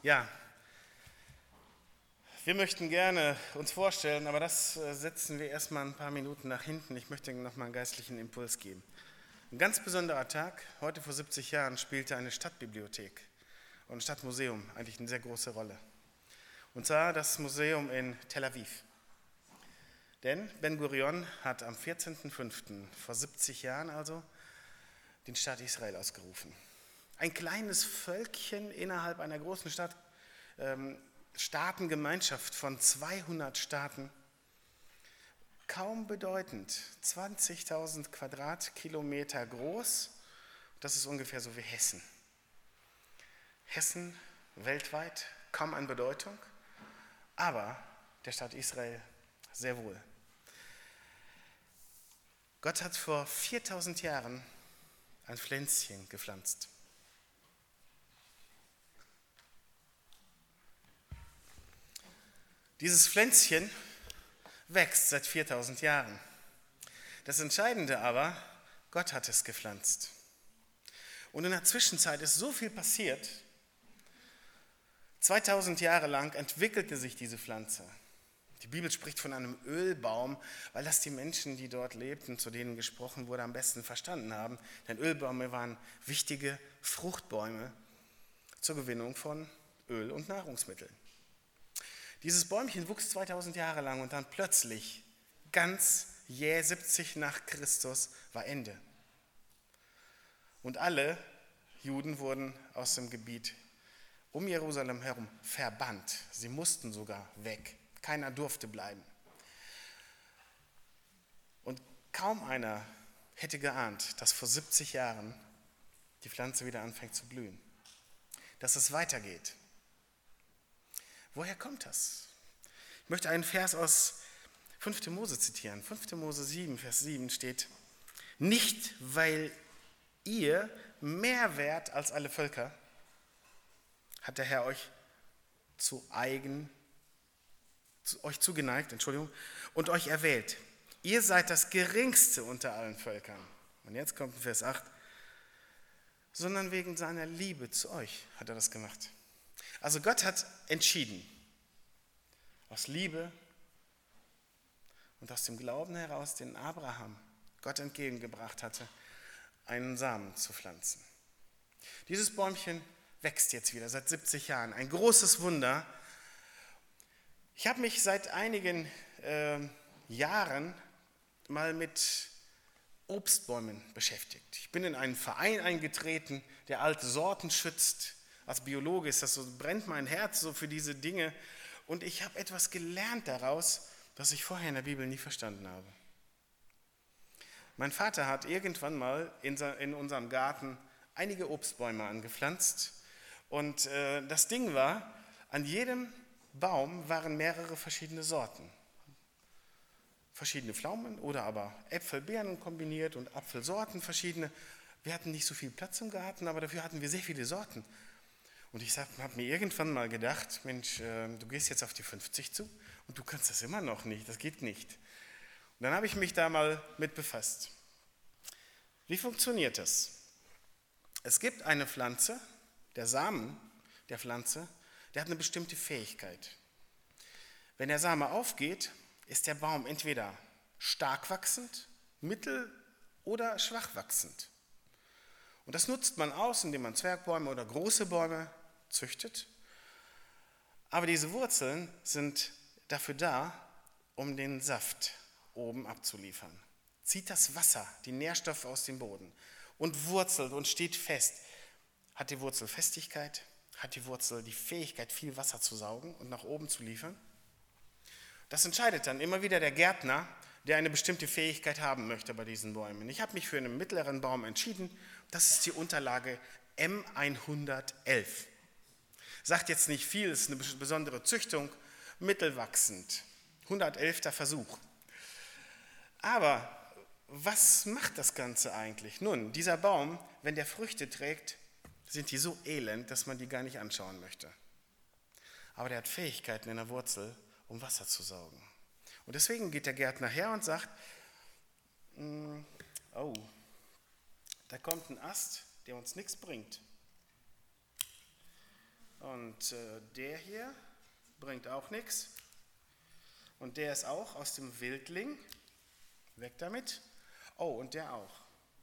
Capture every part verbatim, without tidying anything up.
Ja, wir möchten gerne uns vorstellen, aber das äh, setzen wir erstmal ein paar Minuten nach hinten. Ich möchte noch mal einen geistlichen Impuls geben. Ein ganz besonderer Tag. Heute vor siebzig Jahren spielte eine Stadtbibliothek und ein Stadtmuseum eigentlich eine sehr große Rolle. Und zwar das Museum in Tel Aviv. Denn Ben Gurion hat am vierzehnten fünften vor siebzig Jahren also den Staat Israel ausgerufen. Ein kleines Völkchen innerhalb einer großen Stadt, ähm, Staatengemeinschaft von zweihundert Staaten, kaum bedeutend, zwanzigtausend Quadratkilometer groß, das ist ungefähr so wie Hessen. Hessen weltweit kaum an Bedeutung, aber der Staat Israel sehr wohl. Gott hat vor viertausend Jahren ein Pflänzchen gepflanzt. Dieses Pflänzchen wächst seit viertausend Jahren. Das Entscheidende aber, Gott hat es gepflanzt. Und in der Zwischenzeit ist so viel passiert. zweitausend Jahre lang entwickelte sich diese Pflanze. Die Bibel spricht von einem Ölbaum, weil das die Menschen, die dort lebten, zu denen gesprochen wurde, am besten verstanden haben. Denn Ölbäume waren wichtige Fruchtbäume zur Gewinnung von Öl und Nahrungsmitteln. Dieses Bäumchen wuchs zweitausend Jahre lang und dann plötzlich, ganz jäh siebzig nach Christus, war Ende. Und alle Juden wurden aus dem Gebiet um Jerusalem herum verbannt. Sie mussten sogar weg. Keiner durfte bleiben. Und kaum einer hätte geahnt, dass vor siebzig Jahren die Pflanze wieder anfängt zu blühen. Dass es weitergeht. Woher kommt das? Ich möchte einen Vers aus fünften Mose zitieren. fünften Mose sieben, Vers sieben steht: Nicht, weil ihr mehr wärt als alle Völker, hat der Herr euch zu eigen, zu, euch zugeneigt, Entschuldigung, und euch erwählt. Ihr seid das Geringste unter allen Völkern. Und jetzt kommt Vers acht. Sondern wegen seiner Liebe zu euch hat er das gemacht. Also Gott hat entschieden, aus Liebe und aus dem Glauben heraus, den Abraham Gott entgegengebracht hatte, einen Samen zu pflanzen. Dieses Bäumchen wächst jetzt wieder seit siebzig Jahren, ein großes Wunder. Ich habe mich seit einigen äh, Jahren mal mit Obstbäumen beschäftigt. Ich bin in einen Verein eingetreten, der alte Sorten schützt. Als Biologe ist das so, brennt mein Herz so für diese Dinge. Und ich habe etwas gelernt daraus, das ich vorher in der Bibel nie verstanden habe. Mein Vater hat irgendwann mal in, in unserem Garten einige Obstbäume angepflanzt. Und äh, das Ding war, an jedem Baum waren mehrere verschiedene Sorten. Verschiedene Pflaumen oder aber Äpfel, Birnen kombiniert und Apfelsorten verschiedene. Wir hatten nicht so viel Platz im Garten, aber dafür hatten wir sehr viele Sorten. Und ich habe mir irgendwann mal gedacht, Mensch, äh, du gehst jetzt auf die fünfzig zu und du kannst das immer noch nicht, das geht nicht. Und dann habe ich mich da mal mit befasst. Wie funktioniert das? Es gibt eine Pflanze, der Samen der Pflanze, der hat eine bestimmte Fähigkeit. Wenn der Same aufgeht, ist der Baum entweder stark wachsend, mittel- oder schwach wachsend. Und das nutzt man aus, indem man Zwergbäume oder große Bäume züchtet. Aber diese Wurzeln sind dafür da, um den Saft oben abzuliefern. Zieht das Wasser, die Nährstoffe aus dem Boden und wurzelt und steht fest. Hat die Wurzel Festigkeit? Hat die Wurzel die Fähigkeit, viel Wasser zu saugen und nach oben zu liefern? Das entscheidet dann immer wieder der Gärtner, der eine bestimmte Fähigkeit haben möchte bei diesen Bäumen. Ich habe mich für einen mittleren Baum entschieden. Das ist die Unterlage M hundertelf. Sagt jetzt nicht viel, ist eine besondere Züchtung, mittelwachsend. hundertelfter Versuch. Aber was macht das Ganze eigentlich? Nun, dieser Baum, wenn der Früchte trägt, sind die so elend, dass man die gar nicht anschauen möchte. Aber der hat Fähigkeiten in der Wurzel, um Wasser zu saugen. Und deswegen geht der Gärtner her und sagt, oh, da kommt ein Ast, der uns nichts bringt. Und äh, der hier bringt auch nichts. Und der ist auch aus dem Wildling. Weg damit. Oh, und der auch.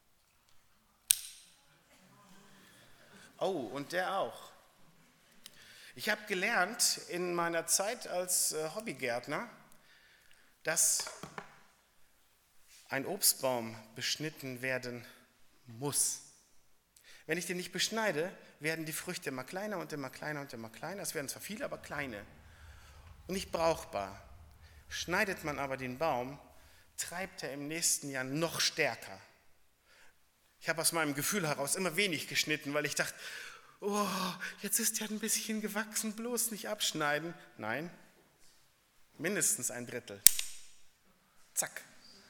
Oh, und der auch. Ich habe gelernt in meiner Zeit als äh, Hobbygärtner, dass ein Obstbaum beschnitten werden muss. Wenn ich den nicht beschneide, werden die Früchte immer kleiner und immer kleiner und immer kleiner. Es werden zwar viele, aber kleine und nicht brauchbar. Schneidet man aber den Baum, treibt er im nächsten Jahr noch stärker. Ich habe aus meinem Gefühl heraus immer wenig geschnitten, weil ich dachte, oh, jetzt ist er ein bisschen gewachsen, bloß nicht abschneiden. Nein, mindestens ein Drittel. Zack.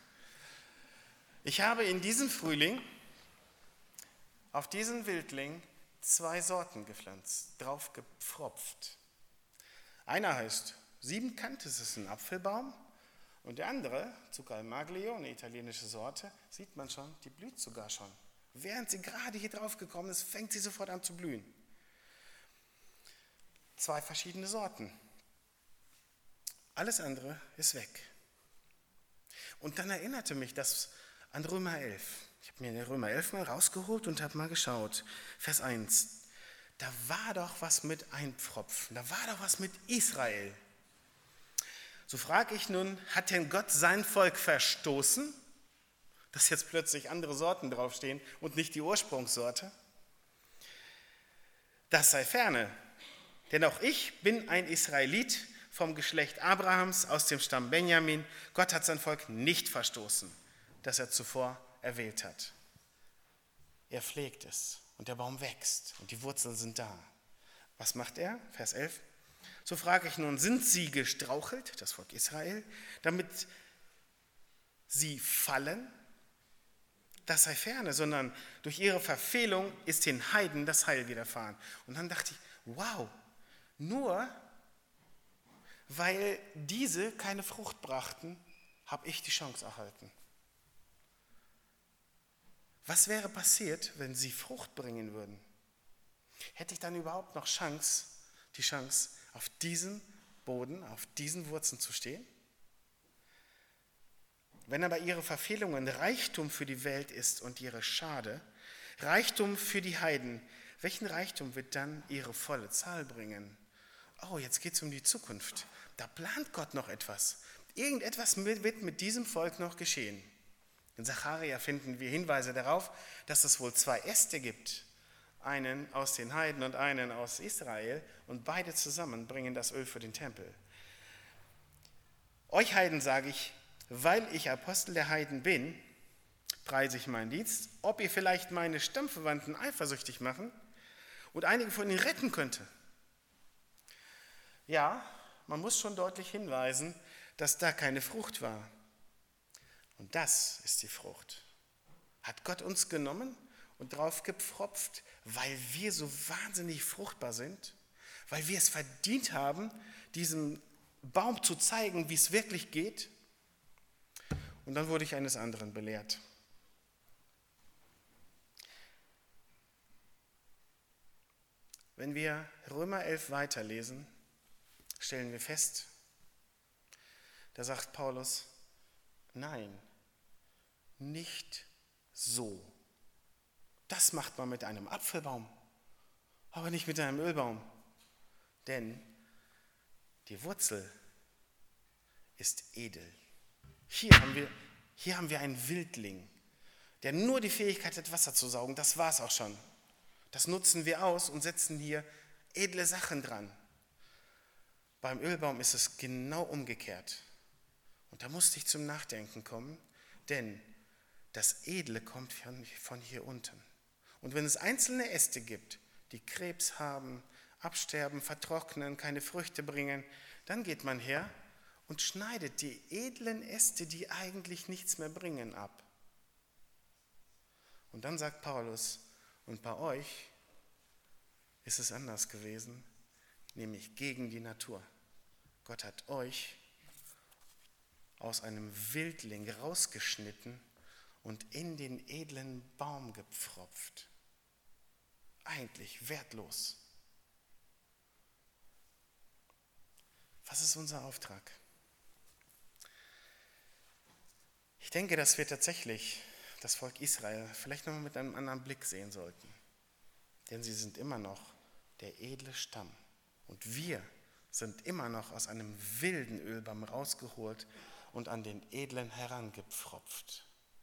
Ich habe in diesem Frühling auf diesen Wildling zwei Sorten gepflanzt, drauf gepfropft. Einer heißt Siebenkant, das ist ein Apfelbaum. Und der andere, Zucalmaglio, eine italienische Sorte, sieht man schon, die blüht sogar schon. Während sie gerade hier drauf gekommen ist, fängt sie sofort an zu blühen. Zwei verschiedene Sorten. Alles andere ist weg. Und dann erinnerte mich das an Römer elf. Ich habe mir den Römer elf mal rausgeholt und habe mal geschaut. Vers eins. Da war doch was mit Einpfropfen, da war doch was mit Israel. So frage ich nun, hat denn Gott sein Volk verstoßen, dass jetzt plötzlich andere Sorten draufstehen und nicht die Ursprungssorte? Das sei ferne, denn auch ich bin ein Israelit vom Geschlecht Abrahams aus dem Stamm Benjamin. Gott hat sein Volk nicht verstoßen, das er zuvor erwählt hat. Er pflegt es und der Baum wächst und die Wurzeln sind da. Was macht er? Vers elf. So frage ich nun, sind sie gestrauchelt, das Volk Israel, damit sie fallen? Das sei ferne, sondern durch ihre Verfehlung ist den Heiden das Heil widerfahren. Und dann dachte ich, wow, nur weil diese keine Frucht brachten, habe ich die Chance erhalten. Was wäre passiert, wenn sie Frucht bringen würden? Hätte ich dann überhaupt noch Chance, die Chance, auf diesem Boden, auf diesen Wurzeln zu stehen? Wenn aber ihre Verfehlungen Reichtum für die Welt ist und ihre Schade, Reichtum für die Heiden, welchen Reichtum wird dann ihre volle Zahl bringen? Oh, jetzt geht es um die Zukunft. Da plant Gott noch etwas. Irgendetwas wird mit diesem Volk noch geschehen. In Sacharja finden wir Hinweise darauf, dass es wohl zwei Äste gibt. Einen aus den Heiden und einen aus Israel. Und beide zusammen bringen das Öl für den Tempel. Euch Heiden sage ich, weil ich Apostel der Heiden bin, preise ich meinen Dienst, ob ihr vielleicht meine Stammverwandten eifersüchtig machen und einige von ihnen retten könnte. Ja, man muss schon deutlich hinweisen, dass da keine Frucht war. Und das ist die Frucht. Hat Gott uns genommen und drauf gepfropft, weil wir so wahnsinnig fruchtbar sind, weil wir es verdient haben, diesem Baum zu zeigen, wie es wirklich geht. Und dann wurde ich eines anderen belehrt. Wenn wir Römer elf weiterlesen, stellen wir fest, da sagt Paulus, nein, nicht so. Das macht man mit einem Apfelbaum, aber nicht mit einem Ölbaum. Denn die Wurzel ist edel. Hier haben wir, hier haben wir einen Wildling, der nur die Fähigkeit hat, Wasser zu saugen. Das war es auch schon. Das nutzen wir aus und setzen hier edle Sachen dran. Beim Ölbaum ist es genau umgekehrt. Und da musste ich zum Nachdenken kommen, denn das Edle kommt von hier unten. Und wenn es einzelne Äste gibt, die Krebs haben, absterben, vertrocknen, keine Früchte bringen, dann geht man her und schneidet die edlen Äste, die eigentlich nichts mehr bringen, ab. Und dann sagt Paulus, und bei euch ist es anders gewesen, nämlich gegen die Natur. Gott hat euch aus einem Wildling rausgeschnitten und in den edlen Baum gepfropft. Eigentlich wertlos. Das ist unser Auftrag. Ich denke, dass wir tatsächlich das Volk Israel vielleicht noch mit einem anderen Blick sehen sollten. Denn sie sind immer noch der edle Stamm. Und wir sind immer noch aus einem wilden Ölbaum rausgeholt und an den edlen herangepfropft.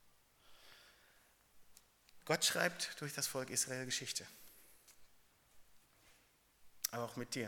Gott schreibt durch das Volk Israel Geschichte. Aber auch mit dir.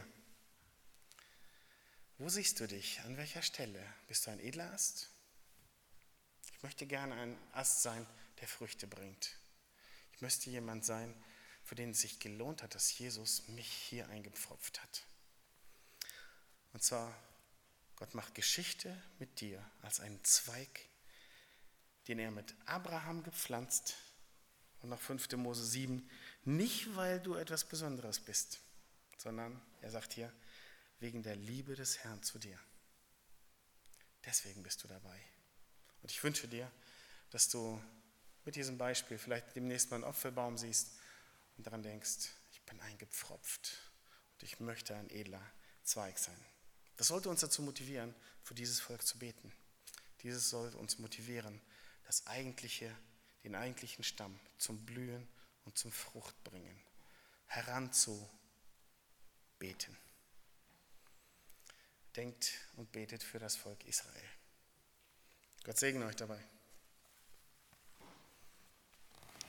Wo siehst du dich? An welcher Stelle? Bist du ein edler Ast? Ich möchte gerne ein Ast sein, der Früchte bringt. Ich möchte jemand sein, für den es sich gelohnt hat, dass Jesus mich hier eingepfropft hat. Und zwar, Gott macht Geschichte mit dir als einen Zweig, den er mit Abraham gepflanzt. Und nach fünfter Mose sieben, nicht weil du etwas Besonderes bist, sondern, er sagt hier, wegen der Liebe des Herrn zu dir. Deswegen bist du dabei. Und ich wünsche dir, dass du mit diesem Beispiel vielleicht demnächst mal einen Apfelbaum siehst und daran denkst, ich bin eingepfropft und ich möchte ein edler Zweig sein. Das sollte uns dazu motivieren, für dieses Volk zu beten. Dieses sollte uns motivieren, das eigentliche, den eigentlichen Stamm zum Blühen und zum Frucht bringen, heranzubeten. Denkt und betet für das Volk Israel. Gott segne euch dabei.